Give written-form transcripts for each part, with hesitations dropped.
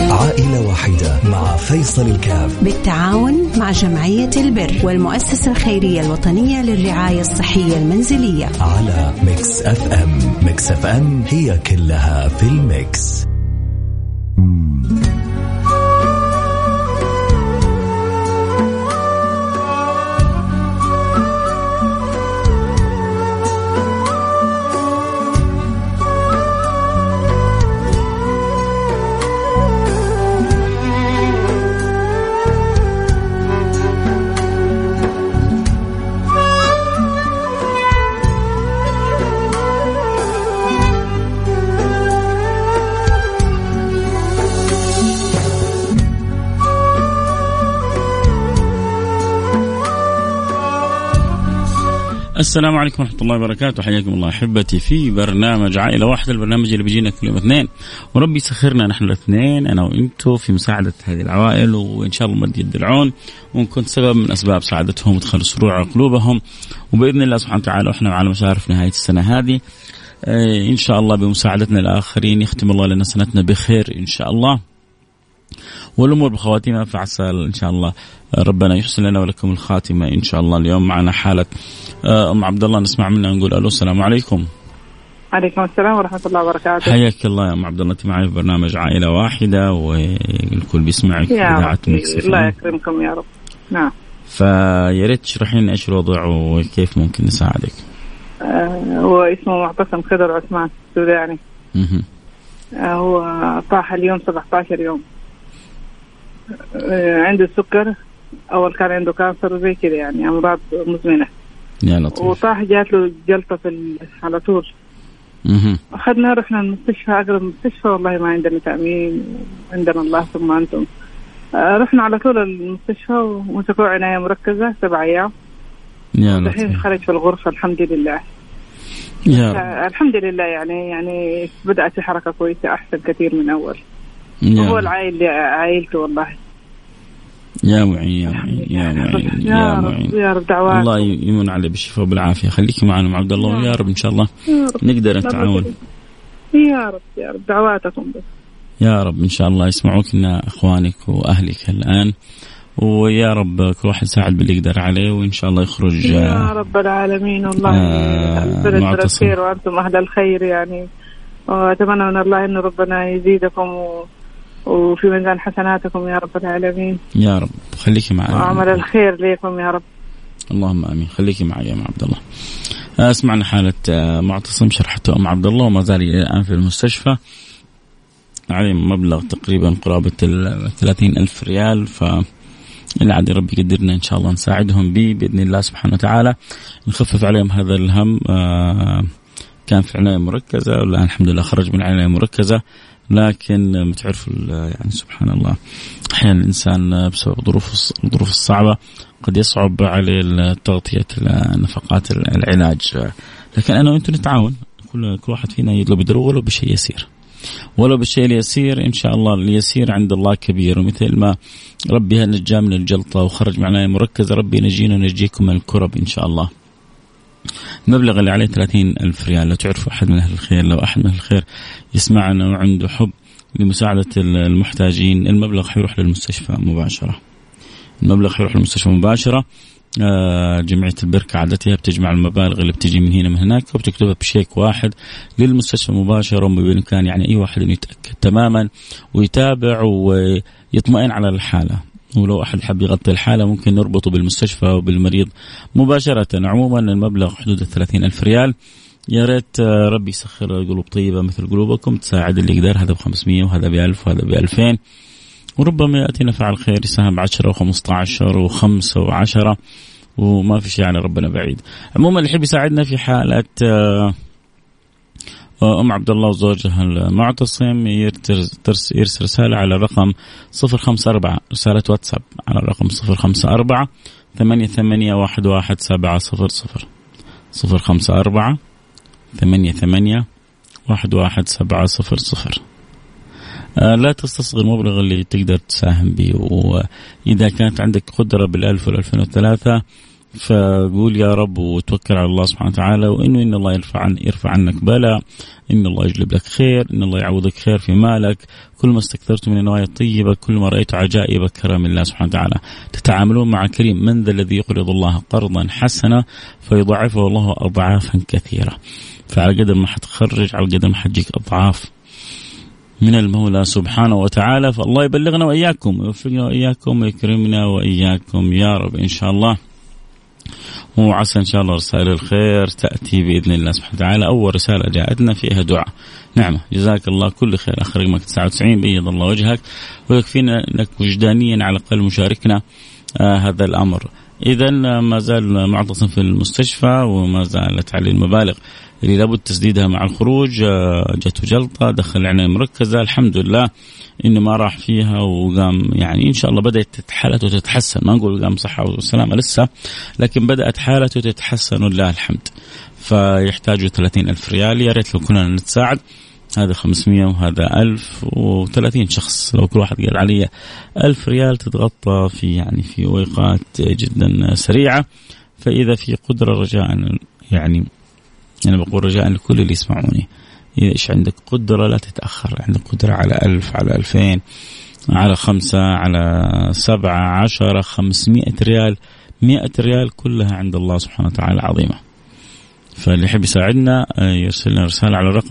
عائلة واحدة مع فيصل الكاف بالتعاون مع جمعية البر والمؤسسة الخيرية الوطنية للرعاية الصحية المنزلية على ميكس اف ام. ميكس اف ام هي كلها في الميكس. السلام عليكم ورحمة الله وبركاته. حياكم الله أحبتي في برنامج عائلة واحدة، البرنامج اللي بيجينا كل يوم اثنين، وربي يسخرنا نحن الاثنين أنا وإنتو في مساعدة هذه العوائل، وإن شاء الله مد يد العون ونكون سبب من أسباب سعادتهم وادخال سرور على قلوبهم، وبإذن الله سبحانه وتعالى وإحنا على مشارف نهاية السنة هذه إن شاء الله بمساعدتنا الآخرين يختم الله لنا سنتنا بخير إن شاء الله، والأمور بخواتيمها، فعسى إن شاء الله ربنا يحسن لنا ولكم الخاتمة إن شاء الله. اليوم معنا حالة أم عبد الله، نسمع منها نقول ألو السلام عليكم. عليكم السلام ورحمة الله وبركاته. حياك الله يا أم عبد الله، معي في برنامج عائلة واحدة والكل بيسمعك. يا الله يكرمكم يا رب. نعم. فياريت تشرحين لنا إيش الوضع وكيف ممكن نساعدك. هو اسمه معتصم خضر عثمان السوداني. هو طاح اليوم 17 يوم. عنده السكر، أول كان عنده كانسر زي كده يعني أمراض مزمنة. يا لطيف. وطاح جات له جلطة على طول. أخذنا رحنا المستشفى، أقرب مستشفى، والله ما عندنا تأمين، عندنا الله ثم أنتم. رحنا على طول المستشفى ومسكوا عناية مركزة 7 أيام. يا لطيف. الحين خرج في الغرفة الحمد لله. يا الحمد لله يعني بدأت في حركة كويسة أحسن كثير من أول. هو عائلته والله. يا معين يا معين يا معين يا معين يا رب دعوات الله يمن عليه بالشفاء وبالعافية. خليكي معنا مع عبد الله يا رب إن شاء الله نقدر نتعاون. يا رب دعواتكم بس. يا رب إن شاء الله يسمعوك لنا أخوانك وأهلك الآن، ويا رب كل واحد يساعد باللي يقدر عليه، وإن شاء الله يخرج يا رب العالمين. والله بلد الخير وأنتم أهل الخير يعني، وأتمنى من الله إنه ربنا يزيدكم وفي ميزان حسناتكم يا رب العالمين. يا رب خليكي معي وعمل الخير لكم يا رب. اللهم آمين. خليكي معي يا أم عبد الله. اسمعنا حالة معتصم شرحته أم عبد الله، وما زال الآن في المستشفى، عليه مبلغ تقريبا قرابة 30,000 ريال، فالعادي ربي يقدرنا إن شاء الله نساعدهم بإذن الله سبحانه وتعالى، نخفف عليهم هذا الهم. كان في عناية مركزة والآن الحمد لله خرج من عناية مركزة، لكن بتعرف يعني سبحان الله أحيانا الإنسان بسبب الظروف الصعبة قد يصعب عليه تغطية نفقات العلاج، لكن أنا وأنتم نتعاون، كل واحد فينا يطلب يدرو ولو بشيء يسير، ولو بالشيء اليسير إن شاء الله اليسير عند الله كبير. ومثل ما ربي نجا من الجلطة وخرج معنا مركزة، ربي نجينا ونجيكم من الكرب إن شاء الله. المبلغ اللي عليه 30,000 ريال. لو تعرفوا أحد من أهل الخير، لو أحد من أهل الخير يسمعنا وعنده حب لمساعدة المحتاجين، المبلغ حيروح للمستشفى مباشرة. المبلغ حيروح للمستشفى مباشرة. جمعية البر كعادتها بتجمع المبالغ اللي بتجي من هنا من هناك وبتكتبها بشيك واحد للمستشفى مباشرة، وبإمكان يعني أي واحد إنه يتأكد تماما ويتابع ويطمئن على الحالة. ولو أحد حب يغطي الحالة ممكن نربطه بالمستشفى وبالمريض مباشرة. عموما المبلغ حدود 30,000 ريال. يا ريت ربي يسخر قلوب طيبة مثل قلوبكم تساعد اللي يقدر، هذا ب500 وهذا ب1000 وهذا ب2000، وربما يأتينا فعل خير يساهم ب10 و15 و5 و10، وما في شيء يعني ربنا بعيد. عموما اللي يحب يساعدنا في حالة أم عبد الله وزوجها المعتصم يرسل رسالة على الرقم 054، رسالة واتساب على الرقم 054 881170 054 881170. لا تستصغر المبلغ اللي تقدر تساهم به، وإذا كانت عندك قدرة بال1000 وال2003 فقول يا رب وتوكل على الله سبحانه وتعالى، وإنه إن الله يرفع عنك بلاء، إن الله يجلب لك خير، إن الله يعوضك خير في مالك. كل ما استكثرت من النوايا الطيبة، كل ما رأيت عجائب كرم الله سبحانه وتعالى. تتعاملون مع كريم، من ذا الذي يقرض الله قرضا حسنا فيضاعفه الله أضعافا كثيرة. فعلى قدر ما حتخرج على قدر ما حتجيك أضعاف من المولى سبحانه وتعالى. فالله يبلغنا وإياكم ويوفقنا وإياكم ويكرمنا وإياكم يا رب إن شاء الله. وعسى إن شاء الله رسائل الخير تأتي بإذن الله سبحانه وتعالى. أول رسالة جاءتنا فيها دعاء. نعم، جزاك الله كل خير أخ رقمك 99، بيض الله وجهك ويكفينا أنك وجدانيا على الأقل مشاركنا هذا الأمر. إذا ما زال معتصم في المستشفى وما زالت عليه المبالغ اللي لابد تسديدها مع الخروج. جته جلطة، دخل عناية مركزة، الحمد لله إنه ما راح فيها وقام، يعني إن شاء الله بدأت حالته تتحسن. ما نقول قام صحة وسلامة لسه، لكن بدأت حالته تتحسن ولله الحمد. فيحتاجوا 30,000 ريال. يا ريت لو كنا نتساعد، هذا 500 وهذا 1030 شخص، لو كل واحد قال علي 1000 ريال تتغطى في يعني في أوقات جدا سريعة. فإذا في قدرة رجاء، يعني أنا بقول رجاء لكل اللي يسمعوني، إذا إيش عندك قدرة لا تتأخر. عندك قدرة على 1000، على 2000، على 5، على 7، 10، 500 ريال، 100 ريال، كلها عند الله سبحانه وتعالى عظيمة. فاللي يحب يساعدنا يرسل لنا رسالة على الرقم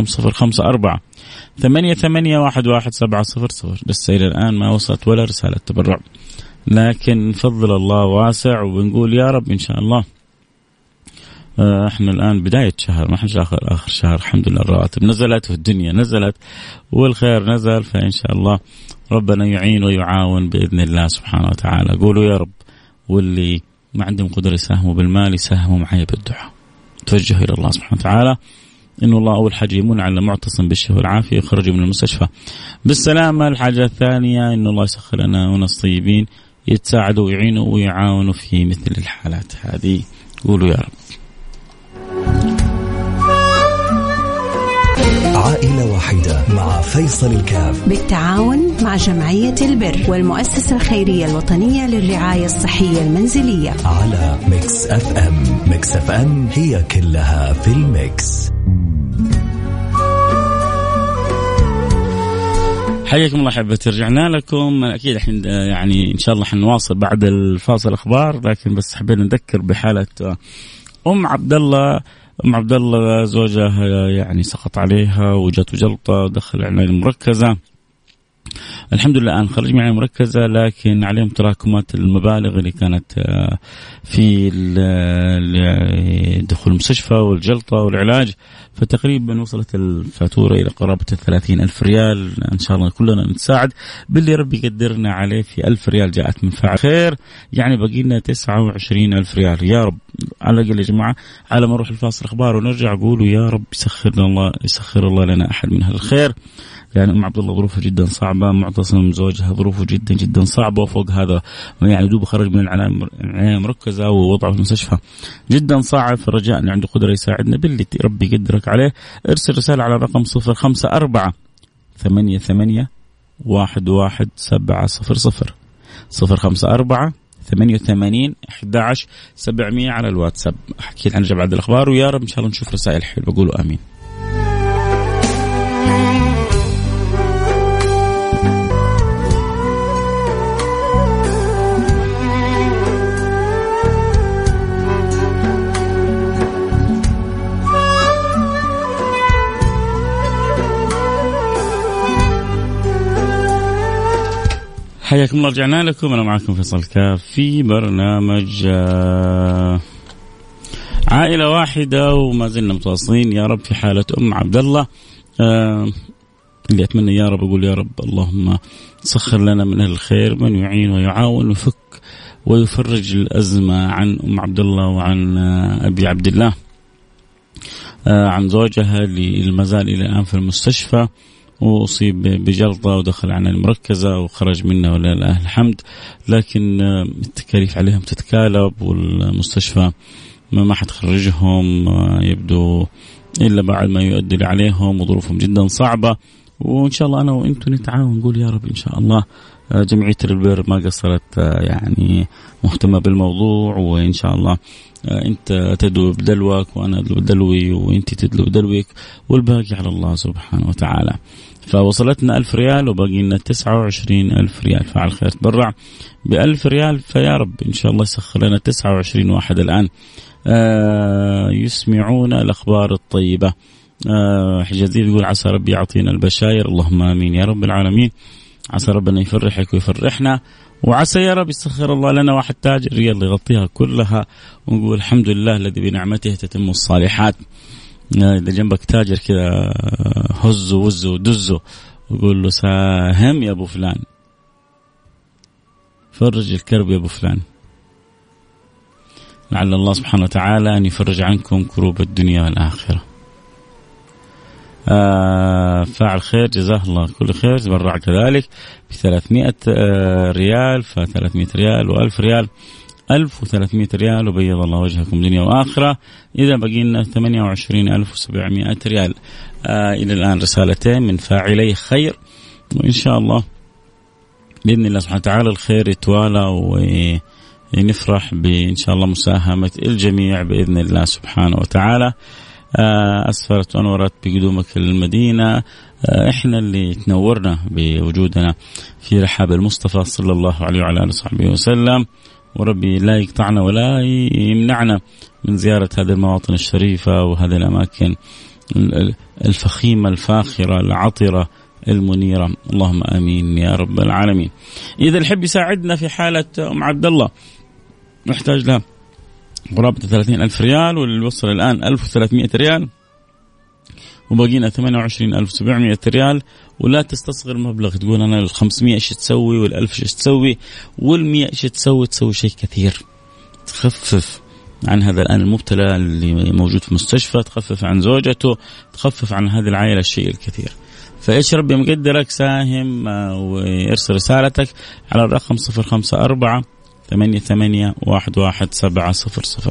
0548811700. لسه إلى الآن ما وصلت ولا رسالة تبرع، لكن فضل الله واسع، وبنقول يا رب إن شاء الله. احنا الآن بداية شهر، ما احنا آخر شهر، الحمد لله الرواتب نزلت والدنيا نزلت والخير نزل. فإن شاء الله ربنا يعين ويعاون بإذن الله سبحانه وتعالى. قولوا يا رب، واللي ما عندهم قدرة يساهموا بالمال يساهموا معي بالدعاء. توجهوا إلى الله سبحانه وتعالى إنه الله أول حاجة يمن على معتصم بالشفاء والعافية يخرجوا من المستشفى بالسلامة. الحاجة الثانية إنه الله يسخر لنا وناس طيبين يتساعدوا ويعينوا ويعاونوا في مثل الحالات هذه. قولوا يا رب. عائلة واحدة مع فيصل الكاف بالتعاون مع جمعية البر والمؤسسة الخيرية الوطنية للرعاية الصحية المنزلية على ميكس اف ام. ميكس اف ام هي كلها في الميكس. حياكم الله حبة، رجعنا لكم. أكيد الحين يعني إن شاء الله حنواصل بعد الفاصل أخبار، لكن بس حبينا نذكر بحالة أم عبد الله. أم عبد الله زوجها يعني سقط عليها وجاته جلطة ودخل عناية مركزة. الحمد لله الآن خرج من عناية مركزة، لكن عليهم تراكمات المبالغ اللي كانت في دخول المستشفى والجلطة والعلاج. فتقريبا وصلت الفاتورة إلى قرابة 30,000 ريال. إن شاء الله كلنا نتساعد باللي ربي يقدرنا عليه. في 1000 ريال جاءت من فاعل خير، يعني بقي لنا 29,000 ريال. يا رب على الأقل يا جماعة، على ما نروح الفاصل أخبار ونرجع قولوا يا رب يسخر الله لنا أحد من هالخير. يعني أم عبد الله ظروفه جدا صعبة، معتصم زوجها ظروفه جدا جدا صعبة، وفوق هذا يعني دوب خرج من العناية مركزة ووضعه في المستشفى جدا صعب. فرجاء اللي عنده قدرة يساعدنا باللي ربي يقدرك عليه. ارسل رسالة على الرقم 0548811700 0548811700 على الواتساب. أحكي عن بعد الأخبار، ويا رب إن شاء الله نشوف رسائل حلوة. بقولوا آمين. حياكم الله، رجعنا لكم. أنا معكم فيصل كاف في برنامج عائلة واحدة، وما زلنا متواصلين يا رب في حالة أم عبد الله. اللي أتمنى يا رب أقول يا رب اللهم سخر لنا من أهل الخير من يعين ويعاون ويفك ويفرج الأزمة عن أم عبد الله وعن أبي عبد الله، عن زوجها اللي مازال إلى الآن في المستشفى وأصيب بجلطة ودخل عناية مركزة وخرج منها ولله الحمد. لكن التكاليف عليهم تتكالب، والمستشفى ما حتخرجهم يبدو إلا بعد ما يؤدي عليهم، وظروفهم جدا صعبة. وإن شاء الله أنا وإنتم نتعاون نقول يا رب إن شاء الله جمعية البر ما قصرت يعني مهتمة بالموضوع، وإن شاء الله أنت تدلو بدلوك وأنا أدلو بدلوي وأنت تدلو بدلوك والباقي على الله سبحانه وتعالى. فوصلتنا 1000 ريال وباقي لنا 29,000 ريال. فعل خير تبرع ب1000 ريال، فيا رب إن شاء الله يسخر لنا 29 واحد الآن يسمعون الأخبار الطيبة. حجازي يقول عسى ربي يعطينا البشاير، اللهم آمين يا رب العالمين. عسى ربنا يفرحك ويفرحنا، وعسى يا رب يسخر الله لنا واحد تاجر يلا يغطيها كلها ونقول الحمد لله الذي بنعمته تتم الصالحات. إذا جنبك تاجر كذا هزه وزه ودزه وقول له ساهم يا أبو فلان، فرج الكرب يا أبو فلان، لعل الله سبحانه وتعالى أن يفرج عنكم كروب الدنيا والآخرة. فاعل خير جزاه الله كل خير تبرع كذلك ب300 ريال، ف300 ريال و1000 ريال 1300 ريال، وبيض الله وجهكم دنيا وآخرة. إذا بقينا 28,700 ريال. إلى الآن رسالتين من فاعلي خير، وإن شاء الله بإذن الله سبحانه وتعالى الخير يتوالى ونفرح بإن شاء الله مساهمة الجميع بإذن الله سبحانه وتعالى. أسفرت وأنورت بقدومك للمدينة، إحنا اللي تنورنا بوجودنا في رحاب المصطفى صلى الله عليه وعلى آله وصحبه وسلم، وربي لا يقطعنا ولا يمنعنا من زيارة هذه المواطن الشريفة وهذه الأماكن الفخيمة الفاخرة العطرة المنيرة، اللهم آمين يا رب العالمين. إذا الحب يساعدنا في حالة أم عبد الله نحتاج لها قرابة 30,000 ريال، واللي وصل الآن 1300 ريال، وبقينا 28,700 ريال. ولا تستصغر المبلغ تقول أنا 500 إيش تسوي وال1000 إيش تسوي وال100 إيش تسوي شيء كثير. تخفف عن هذا الآن المبتلى اللي موجود في مستشفى، تخفف عن زوجته، تخفف عن هذه العائلة الشيء الكثير. فإيش ربي مقدرك ساهم وارسل رسالتك على الرقم 054-88-11700.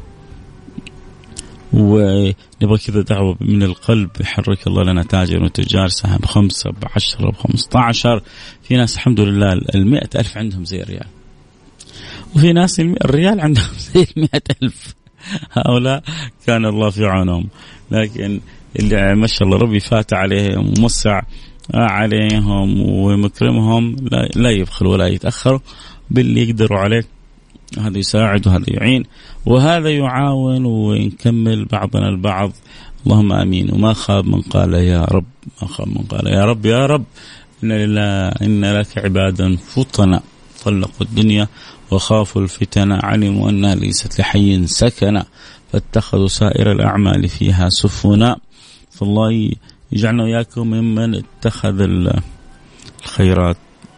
ونبغى كذا دعوة من القلب، يحرك الله لنا تاجر وتجار سهم 5 ب10 ب15. في ناس الحمد لله 100,000 عندهم زي الريال، وفي ناس الريال عندهم زي 100,000. هؤلاء كان الله في عونهم، لكن اللي ما شاء الله ربي فات عليهم وموسع عليهم ومكرمهم لا يبخل ولا يتأخر باللي يقدروا عليه. هذا يساعد وهذا يعين وهذا يعاون، ونكمل بعضنا البعض، اللهم آمين. وما خاب من قال يا رب، ما خاب من قال يا رب يا رب. إن لك عبادا فطنا طلقوا الدنيا وخافوا الفتن، علموا أنها ليست لحي سكنا، فاتخذوا سائر الأعمال فيها سفنا. فالله يجعلنا وياكم ممن اتخذ الخيرات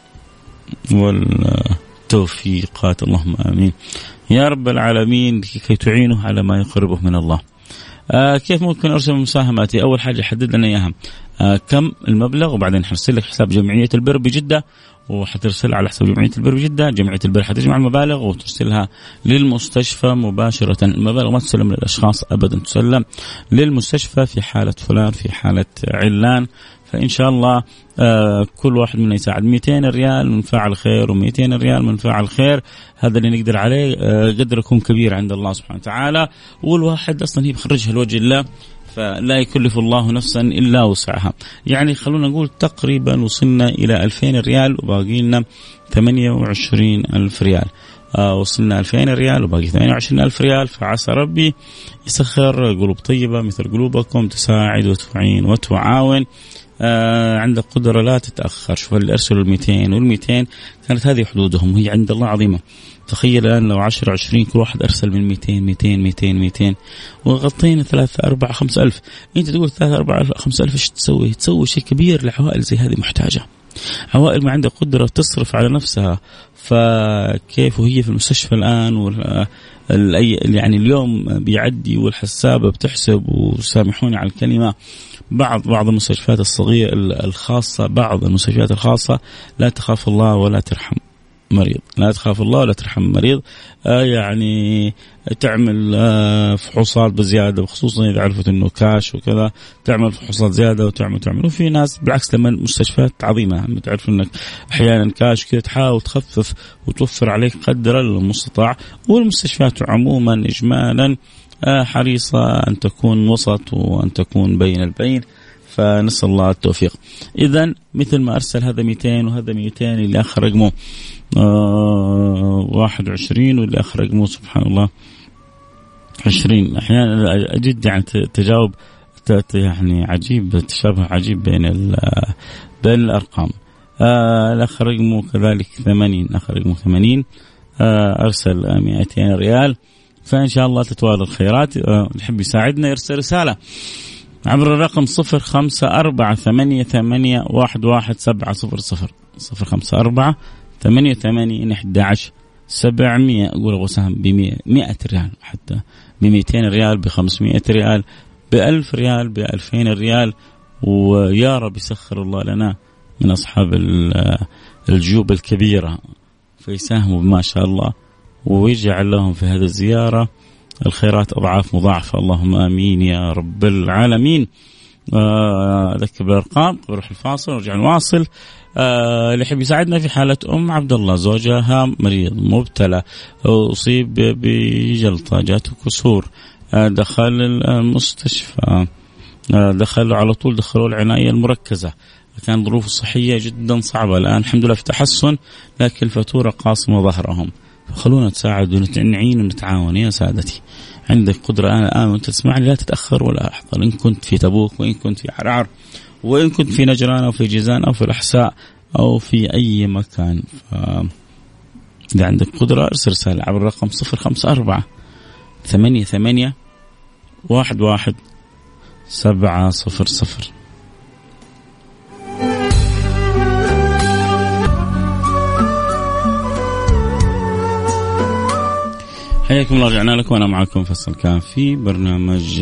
والتوفيقات، اللهم آمين يا رب العالمين، كي تعينه على ما يقربه من الله. كيف ممكن أرسل مساهماتي؟ أول حاجة حدد لنا إياها، كم المبلغ، وبعدين حرسل لك حساب جمعية البر بجدة، وحترسل على حساب جمعية البر بجدة. جمعية البر حتجمع المبالغ وترسلها للمستشفى مباشرة. المبالغ ما تسلم للأشخاص أبدا، تسلم للمستشفى في حالة فلان في حالة علان. فإن شاء الله كل واحد منا يساعد 200 ريال من فاعل خير و200 ريال من فاعل خير، هذا اللي نقدر عليه. قدر يكون كبير عند الله سبحانه وتعالى، والواحد أصلا هي بخرجها لوجه الله، فلا يكلف الله نفسا إلا وسعها. يعني خلونا نقول تقريبا وصلنا إلى 2000 ريال وباقي لنا 28,000 ريال. وصلنا 2000 ريال وباقي 28,000 ريال. فعسى ربي يسخر قلوب طيبة مثل قلوبكم تساعد وتعين وتعاون. عندك قدرة لا تتأخر. شوف اللي أرسلوا 200 وال200 كانت هذه حدودهم، وهي عند الله عظيمة. تخيل الآن لو 10 20 كل واحد أرسل من 200 وغطينا 3 4 5 ألف. أنت تقول 3 4 5 ألف إيش تسوي؟ تسوي شيء كبير لعوائل زي هذه محتاجة، عوائل ما عندها قدرة تصرف على نفسها. فكيف وهي في المستشفى الآن يعني اليوم بيعدي والحسابة بتحسب، وسامحوني على الكلمة، بعض المستشفيات الصغيرة الخاصة، بعض المستشفيات الخاصة لا تخاف الله ولا ترحم. مريض، لا تخاف الله ولا ترحم مريض. يعني تعمل فحوصات بزيادة، وخصوصا إذا عرفت إنه كاش وكذا تعمل فحوصات زيادة وتعمل. وفي ناس بالعكس لما المستشفيات عظيمة تعرف إنك أحيانا كاش كذا تحاول تخفف وتوفر عليك قدر المستطاع. والمستشفيات عموما إجمالا حريصة أن تكون وسط وأن تكون بين البين، فنسأل الله التوفيق. إذن مثل ما أرسل هذا 200 وهذا 200 اللي آخر رقمه 21 واللي آخر رقمه سبحان الله 20. أحيانا أجد يعني تجاوب يعني عجيب، تشابه عجيب بين الأرقام. الآخر رقمه كذلك 80، آخر رقمه 80 أرسل 200 ريال. فإن شاء الله تتوالى الخيرات. يحب يساعدنا يرسل رسالة عبر الرقم 0548811700 0548811700. أقول أبغى سهم ب100 ريال، حتى ب200 ريال، ب500 ريال، ب1000 ريال، ب2000 ريال. ويا رب يسخر الله لنا من أصحاب الجيوب الكبيرة فيساهموا بما شاء الله، ويجعل لهم في هذه الزيارة الخيرات أضعاف مضاعفة. اللهم آمين يا رب العالمين. أذكر بالأرقام، بروح الفاصل ورجع نواصل. اللي يحب يساعدنا في حالة أم عبد الله، زوجها مريض مبتلى، أصيب بجلطة، جاته كسور، دخل المستشفى، دخلوا على طول، دخلوا العناية المركزة، كان ظروف صحية جدا صعبة. الآن الحمد لله في تحسن، لكن الفاتورة قاصمة ظهرهم. فخلونا نساعد ونعين ونتعاون يا سادتي. عندك قدرة الآن وأنت تسمعني لا تتأخر ولا أحضر، إن كنت في تبوك، وإن كنت في عرعر، وإن كنت في نجران أو في جيزان أو في الأحساء أو في أي مكان. إذا عندك قدرة ارسل رسالة عبر الرقم 0548811700. حياكم الله، رجعنا لكم وأنا معكم فصل كان في برنامج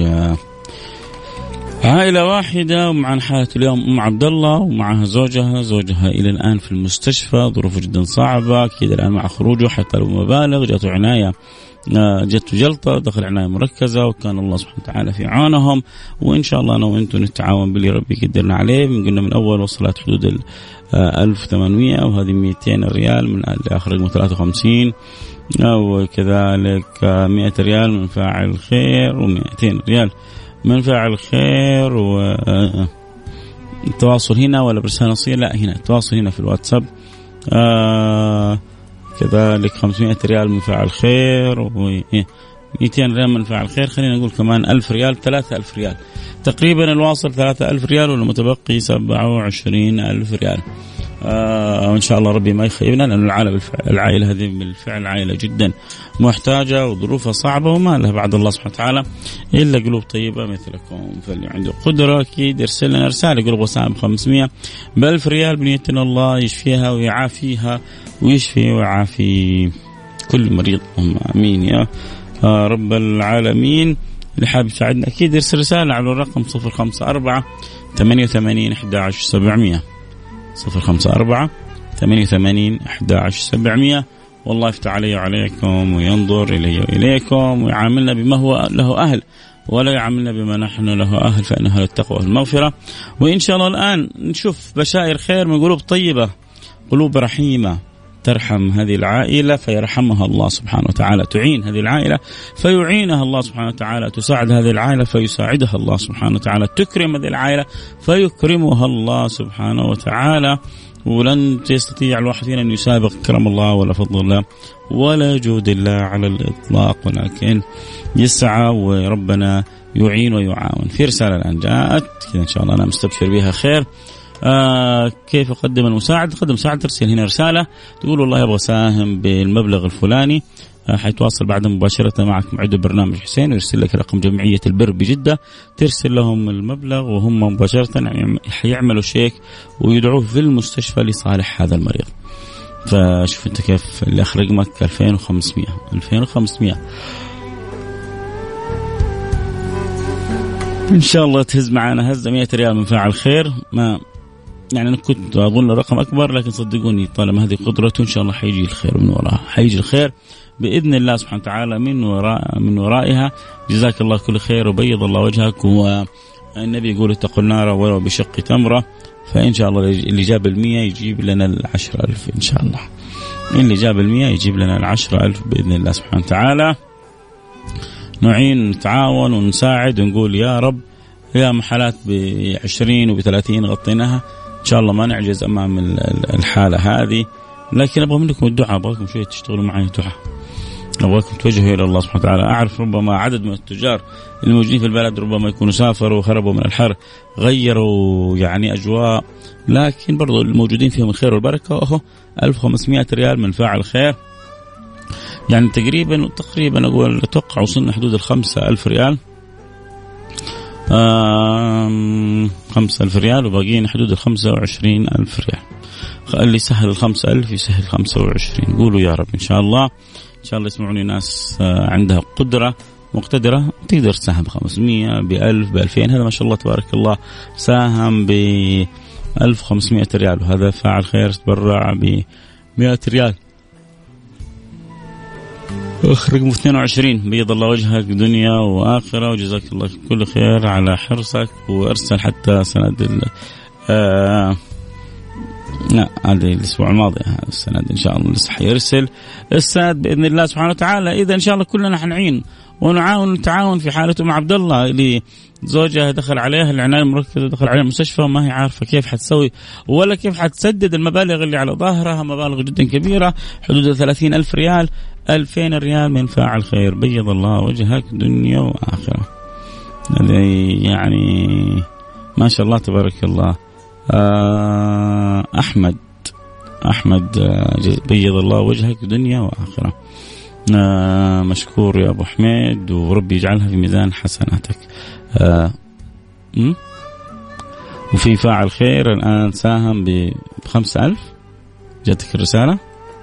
عائلة واحدة. ومعنا حالة اليوم أم عبد الله ومعها زوجها إلى الآن في المستشفى، ظروفه جدا صعبة أكيد الآن مع خروجه حتى لو مبالغ، جاته عناية، جاته جلطة، دخل عناية مركزة، وكان الله سبحانه وتعالى في عونهم. وإن شاء الله أنا وإنتم نتعاون باللي ربي يقدرنا عليه. قلنا من أول وصلت حدود 1800 وهذه 200 ريال من آخر رقم 53، وكذلك 100 ريال من فاعل الخير، و200 ريال من فاعل الخير. والتواصل هنا ولا برسالة نصية؟ لا، هنا التواصل هنا في الواتساب. كذلك 500 ريال من فاعل الخير، و200 ريال من فاعل الخير. خلينا نقول كمان 1000 ريال، 3000 ريال تقريبا. الواصل 3000 ريال والمتبقي 27000 ريال. وإن شاء الله ربي ما يخيبنا، لأن العائلة هذه بالفعل عائلة جدا محتاجة وظروفها صعبة، وما لها بعد الله سبحانه وتعالى إلا قلوب طيبة مثلكم. فاللي عنده قدرة أكيد يرسل لنا رسالة، يقول وسام 500 ب1000 ريال بنية الله يشفيها ويعافيها ويشفي ويعافي كل مريض. آمين يا رب العالمين. اللي حابب يساعدنا أكيد يرسل رسالة على الرقم 0548811700 0548811700. والله يفتح علي وعليكم وينظر إلي وإليكم ويعاملنا بما هو له أهل، ولا يعاملنا بما نحن له أهل، فإنها للتقوى والمغفرة. وإن شاء الله الآن نشوف بشائر خير من قلوب طيبة، قلوب رحيمة ترحم هذه العائلة فيرحمها الله سبحانه وتعالى، تعين هذه العائلة فيعينها الله سبحانه وتعالى، تساعد هذه العائلة فيساعدها الله سبحانه وتعالى، تكرم هذه العائلة فيكرمها الله سبحانه وتعالى. ولن يستطيع الواحد فينا أن يسابق كرم الله ولا فضل الله ولا جود الله على الإطلاق، ولكن يسعى وربنا يعين ويعاون. في رسالة الآن جاءت إن شاء الله أنا مستبشر بها خير. كيف أقدم المساعد؟ قدم مساعد، ترسل هنا رسالة تقول والله أبغى ساهم بالمبلغ الفلاني، حيتواصل بعد مباشرة معك معد برنامج حسين ويرسل لك رقم جمعية البر بجدة، ترسل لهم المبلغ وهم مباشرة حيعملوا شيك ويدعوه في المستشفى لصالح هذا المريض. فشوف أنت كيف اللي أخرج رقمك 2500 إن شاء الله تهز معنا هزة 100 ريال من فاعل خير. ما يعني أنا كنت أظن رقم أكبر، لكن صدقوني طالما هذه قدرته إن شاء الله حيجي الخير من وراها، حيجي الخير بإذن الله سبحانه وتعالى من ورائها. جزاك الله كل خير وبيض الله وجهك. والنبي يقول اتقوا النار ولو بشق تمرة، فإن شاء الله اللي جاب 100 يجيب لنا 10,000 إن شاء الله، اللي جاب 100 يجيب لنا 10,000 بإذن الله سبحانه وتعالى. نعين نتعاون ونساعد ونقول يا رب يا محلات ب20 وب30 غطيناها، إن شاء الله ما نعجز أمام الحالة هذه. لكن أبغى منكم الدعاء، أبغاكم شوية تشتغلوا معي دعاء، أبغاكم توجهوا إلى الله سبحانه وتعالى. أعرف ربما عدد من التجار الموجودين في البلد ربما يكونوا سافروا وهربوا من الحر، غيروا يعني أجواء، لكن برضو الموجودين فيهم الخير والبركة. وأهو 1500 ريال من فاعل خير، يعني تقريبا أقول أتوقع وصلنا حدود 5,000 ريال، 5,000 ريال، وباقيين حدود 25,000 ريال. اللي سهل 5,000 يسهل 25. قولوا يا رب إن شاء الله. إن شاء الله يسمعوني ناس عندها قدرة مقتدرة تقدر تساهم ب500 ب1000 ب2000. هذا ما شاء الله تبارك الله ساهم ب1500 ريال، وهذا فاعل خير تبرع ب100 ريال. رقم 22 بيض الله وجهك دنيا وآخرة، وجزاك الله كل خير على حرصك. وأرسل حتى سند لا هذا الأسبوع الماضي، السند إن شاء الله لسه حيرسل السند بإذن الله سبحانه وتعالى. إذا إن شاء الله كلنا حنعين ونعاون نتعاون في حالة أم عبد الله اللي زوجها دخل عليها العناية المركزة، دخل عليها المستشفى وما هي عارفة كيف حتسوي ولا كيف حتسدد المبالغ اللي على ظهرها، مبالغ جدا كبيرة حدود 30,000 ريال، 2000 ريال من فاعل خير. بيض الله وجهك دنيا وآخرة. يعني ما شاء الله تبارك الله. أحمد بيض الله وجهك دنيا وآخرة. مشكور يا أبو حميد، وربي يجعلها في ميزان حسناتك. وفي فاعل خير الآن ساهم ب5,000. جاتك الرسالة؟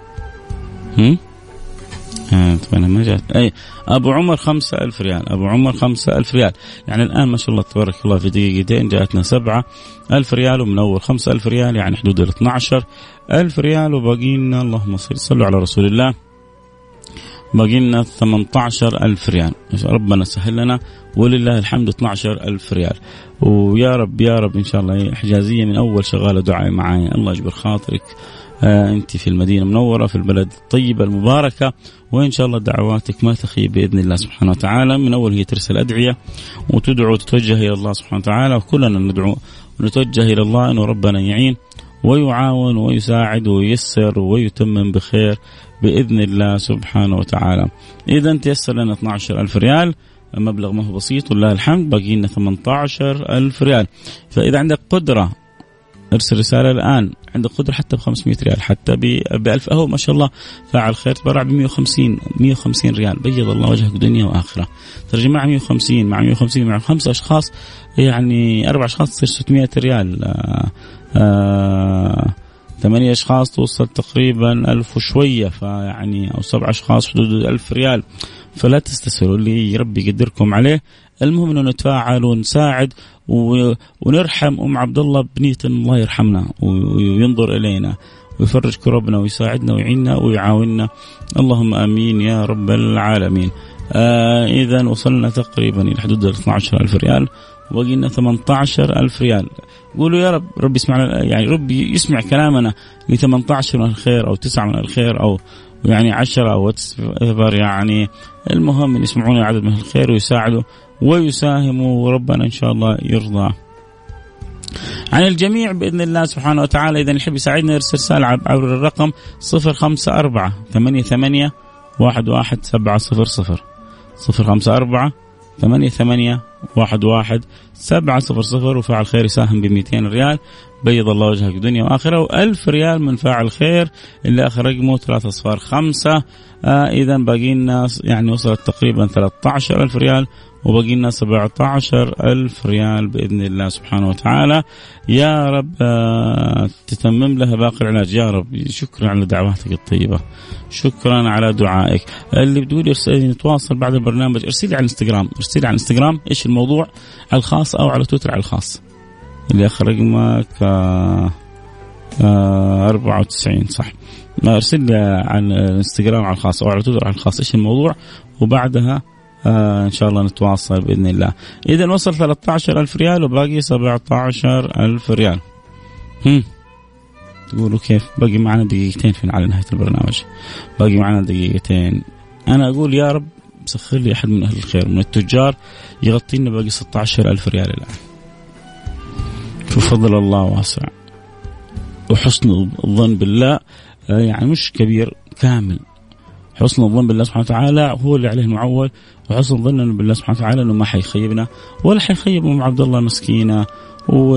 طبعا ما جات. أي أبو عمر 5,000 ريال، أبو عمر 5,000 ريال. يعني الآن ما شاء الله تبارك الله في دقيقتين جاءتنا 7,000 ريال، ومن أول 5,000 ريال يعني حدود 12,000 ريال، وباقينا اللهم صلوا على رسول الله باقينا 18,000 ريال. ربنا سهل لنا ولله الحمد 12,000 ريال. ويا رب يا رب إن شاء الله حجازية من أول شغالة دعاء معايا، الله يجبر خاطرك. أنت في المدينة المنورة في البلد الطيبة المباركة، وإن شاء الله دعواتك ما تخيب بإذن الله سبحانه وتعالى. من أول هي ترسل أدعية وتدعو وتتوجه إلى الله سبحانه وتعالى، وكلنا ندعو ونتوجه إلى الله أنه ربنا يعين ويعاون ويساعد وييسر ويتمم بخير بإذن الله سبحانه وتعالى. إذا تيسر لنا 12,000 ريال، مبلغ ما هو بسيط والله الحمد، باقي لنا 18,000 ريال. فإذا عندك قدرة ارسل رسالة الآن، عندك قدرة حتى ب500 ريال، حتى ب1000. أهو ما شاء الله فاعل خير تبرع ب150 ريال. بيض الله وجهك دنيا وآخرة. ترى جماعة 150 مع 150 مع 5 أشخاص، يعني 4 أشخاص تصير 600 ريال، 8 أشخاص توصل تقريبا 1000 وشوية، فيعني أو 7 أشخاص حدود 1000 ريال. فلا تستسهلوا، اللي ربي يقدركم عليه. المهم أنه نتفاعل ونساعد ونرحم أم عبد الله بنية الله يرحمنا وينظر إلينا ويفرج كربنا ويساعدنا ويعيننا ويعاوننا، اللهم آمين يا رب العالمين. إذا وصلنا تقريبا إلى حدود 12,000 ريال، وبقينا 18,000 ريال. قولوا يا رب، ربي يسمعنا، يعني ربي يسمع كلامنا ل18 من الخير أو 9 من الخير أو يعني 10 أو whatever، يعني المهم أن يسمعون عدد من الخير ويساعدوا ويساهموا، وربنا إن شاء الله يرضى عن الجميع بإذن الله سبحانه وتعالى. إذا يحب يساعدنا يرسل رسالة عبر الرقم 054-88-11700 054-88-11700 وفاعل خير يساهم ب200 ريال. بيض الله وجهك دنيا وآخرة. و1000 ريال من فاعل خير اللي آخر رقمه 3 إذا باقينا يعني وصلت تقريبا 13,000 ريال، وبقينا 17,000 ريال بإذن الله سبحانه وتعالى. يا رب تتمم لها باقي العلاج يا رب. شكرا على دعواتك الطيبة، شكرا على دعائك. اللي بدون يرسل نتواصل بعد البرنامج، ارسلي على الانستغرام، ارسلي على الانستغرام ايش الموضوع على الخاص، او على تويتر على الخاص اللي اخر رقمك 94 صح. ارسل لي على الانستغرام على الخاص أو على تويتر على الخاص إيش الموضوع، وبعدها إن شاء الله نتواصل بإذن الله. إذا وصل 13,000 ريال وباقي 17,000 ريال. تقولوا كيف؟ باقي معنا دقيقتين على نهاية البرنامج، باقي معنا دقيقتين. أنا أقول يا رب سخر لي أحد من أهل الخير من التجار يغطي لنا باقي 16,000 ريال الآن. ففضل الله واسع وحسن الظن بالله، يعني مش كبير، كامل. حسن الظن بالله سبحانه وتعالى هو اللي عليه المعول، وحسن ظننا بالله سبحانه وتعالى انه ما حيخيبنا ولا حيخيب ام عبد الله مسكينه، و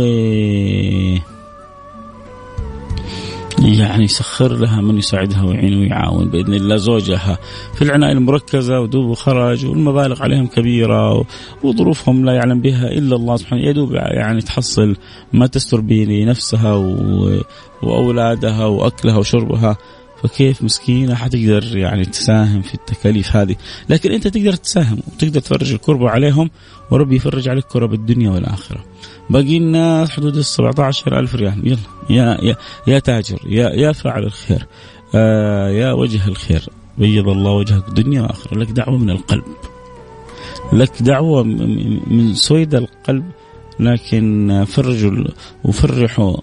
يعني يسخر لها من يساعدها ويعين ويعاون باذن الله. زوجها في العنايه المركزه ودوب خرج، والمبالغ عليهم كبيره وظروفهم لا يعلم بها الا الله سبحانه، يدوب يعني تحصل ما تستر به لنفسها واولادها واكلها وشربها. فكيف مسكينة حتقدر يعني تساهم في التكاليف هذه؟ لكن أنت تقدر تساهم وتقدر تفرج الكربة عليهم، وربي يفرج عليك كرب الدنيا والآخرة. باقي لنا حدود 17,000 ريال. يلا يا تاجر، يا فاعل الخير، يا وجه الخير، بيض الله وجهك الدنيا والآخرة. لك دعوة من القلب، لك دعوة من سويد القلب، لكن فرجوا وفرحوا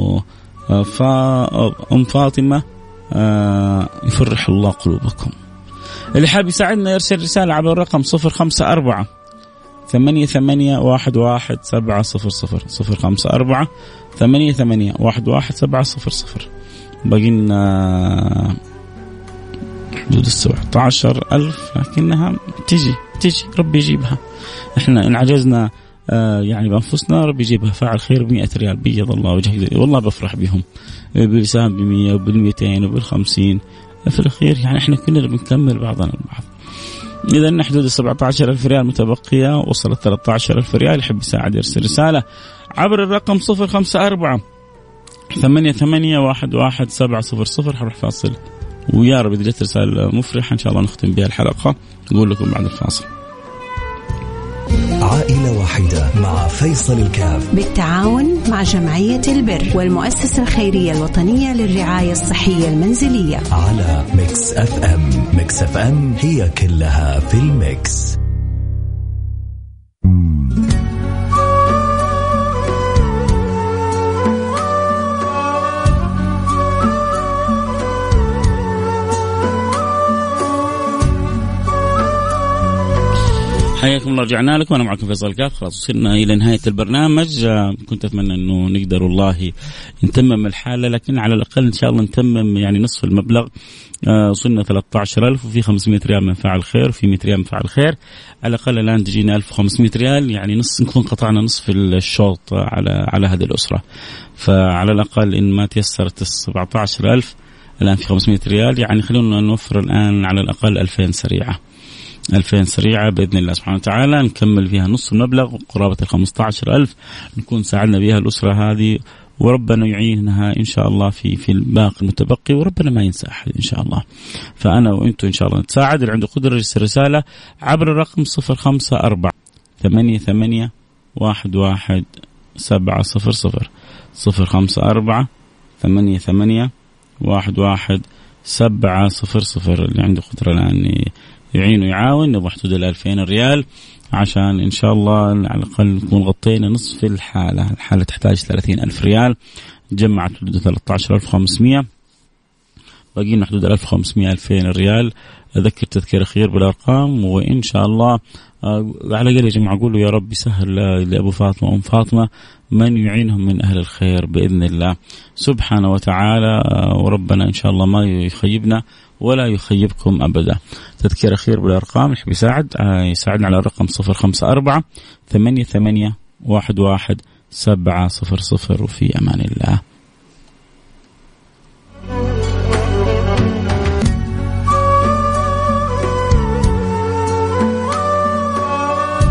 أم فاطمة، يفرح الله قلوبكم. اللي حاب يساعدنا يرسل رسالة على الرقم 054 8811 700 054 8811 700. بقينا حدود 17,000 لكنها تجي ربي يجيبها. احنا إن عجزنا يعني بأنفسنا ربي يجيبها. فاعل خير 100 ريال بيض الله وجهك، والله بفرح بهم بسهم 100 وبال200 وبال50. في الأخير يعني احنا كلنا بنكمل بعضنا البعض. إذا حدود 17,000 ريال متبقية، وصلت 13,000 ريال. يحب يساعد يرسل رسالة عبر الرقم 054 8811 700. حروح فاصل، ويا رب إذا جت رسالة مفرحة إن شاء الله نختم بها الحلقة، نقول لكم بعد الفاصل. عائلة واحدة مع فيصل الكاف بالتعاون مع جمعية البر والمؤسسة الخيرية الوطنية للرعاية الصحية المنزلية على ميكس اف ام. ميكس اف ام هي كلها في الميكس. حياكم الله، رجعنا لكم. أنا معكم فيصل الكاف. خلاص وصلنا إلى نهاية البرنامج. كنت أتمنى أنه نقدر والله نتمم الحالة، لكن على الأقل إن شاء الله نتمم يعني نصف المبلغ. وصلنا 13,000 وفي 500 ريال من فاعل خير وفي 100 ريال من فاعل خير. على الأقل الآن تجينا 1500 ريال، يعني نكون قطعنا نصف الشوط على هذه الأسرة. فعلى الأقل إن ما تيسرت 17,000 الآن في 500 ريال، يعني خلونا نوفر الآن على الأقل 2000 سريعة. 2000 سريعة بإذن الله سبحانه وتعالى، نكمل فيها نصف المبلغ قرابة 15,000، نكون ساعدنا بها الأسرة هذه، وربنا يعينها إن شاء الله في الباقي المتبقي، وربنا ما ينسى أحد إن شاء الله. فأنا وإنتو إن شاء الله نتساعد. اللي عنده قدرة يرسل رسالة عبر الرقم 054 8811 700 054 8811 700. اللي عنده قدرة الآن يعين ويعاون، نبغى حدود 2000 ريال عشان إن شاء الله على الأقل نكون غطينا نصف الحالة. الحالة تحتاج 30,000 ريال، جمعت حدود 13,500، باقينا حدود 1,500 2000 ريال. أذكر تذكير خير بالأرقام، وإن شاء الله على الأقل يا جماعة قولوا يا رب يسهل لأبو فاطمة وأم فاطمة من يعينهم من أهل الخير بإذن الله سبحانه وتعالى، وربنا إن شاء الله ما يخيبنا ولا يخيبكم أبدا. تذكير خير بالأرقام، يحب يساعدنا على الرقم 054 8811 700. وفي أمان الله.